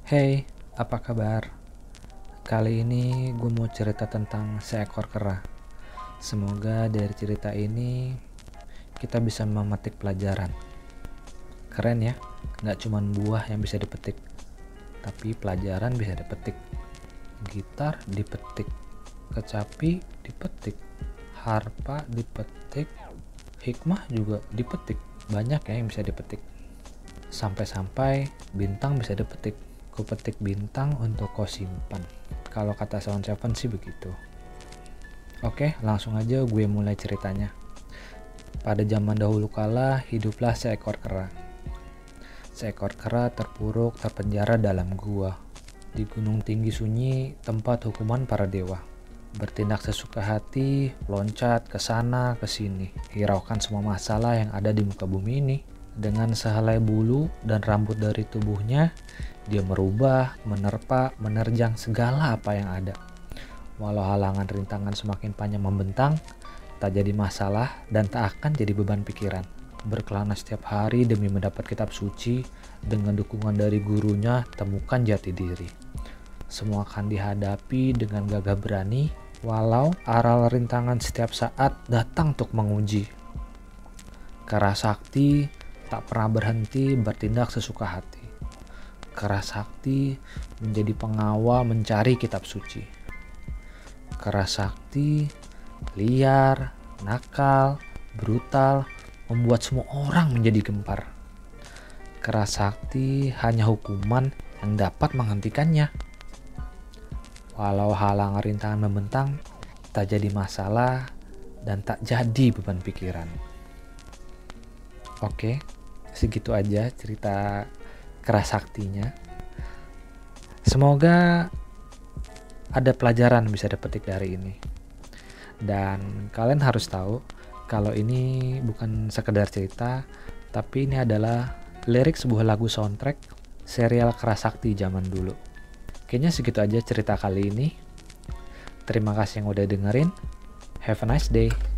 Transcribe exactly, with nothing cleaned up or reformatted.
Hey, apa kabar? Kali ini gue mau cerita tentang seekor kera. Semoga dari cerita ini kita bisa memetik pelajaran. Keren ya, nggak cuma buah yang bisa dipetik, tapi pelajaran bisa dipetik. Gitar dipetik, kecapi dipetik, harpa dipetik, hikmah juga dipetik. Banyak ya yang bisa dipetik. Sampai-sampai bintang bisa dipetik. Ku petik bintang untuk kau simpan. Kalau kata Sound Seven sih begitu. Oke, langsung aja gue mulai ceritanya. Pada zaman dahulu kala, hiduplah seekor kera. Seekor kera terpuruk terpenjara dalam gua. Di gunung tinggi sunyi, tempat hukuman para dewa. Bertindak sesuka hati, loncat ke sana ke sini, hiraukan semua masalah yang ada di muka bumi ini. Dengan sehelai bulu dan rambut dari tubuhnya, dia merubah, menerpa, menerjang segala apa yang ada. Walau halangan rintangan semakin panjang membentang, tak jadi masalah dan tak akan jadi beban pikiran. Berkelana setiap hari demi mendapat kitab suci, dengan dukungan dari gurunya, temukan jati diri. Semua akan dihadapi dengan gagah berani, walau aral rintangan setiap saat datang untuk menguji. Kera sakti tak pernah berhenti bertindak sesuka hati. Kera sakti menjadi pengawal mencari kitab suci. Kera sakti liar, nakal, brutal, membuat semua orang menjadi gempar. Kera sakti hanya hukuman yang dapat menghentikannya. Walau halang rintangan membentang, tak jadi masalah dan tak jadi beban pikiran. Oke, segitu aja cerita kera saktinya. Semoga ada pelajaran bisa dipetik dari ini. Dan kalian harus tahu kalau ini bukan sekedar cerita, tapi ini adalah lirik sebuah lagu soundtrack serial Kera Sakti zaman dulu. Kayaknya segitu aja cerita kali ini. Terima kasih yang udah dengerin. Have a nice day.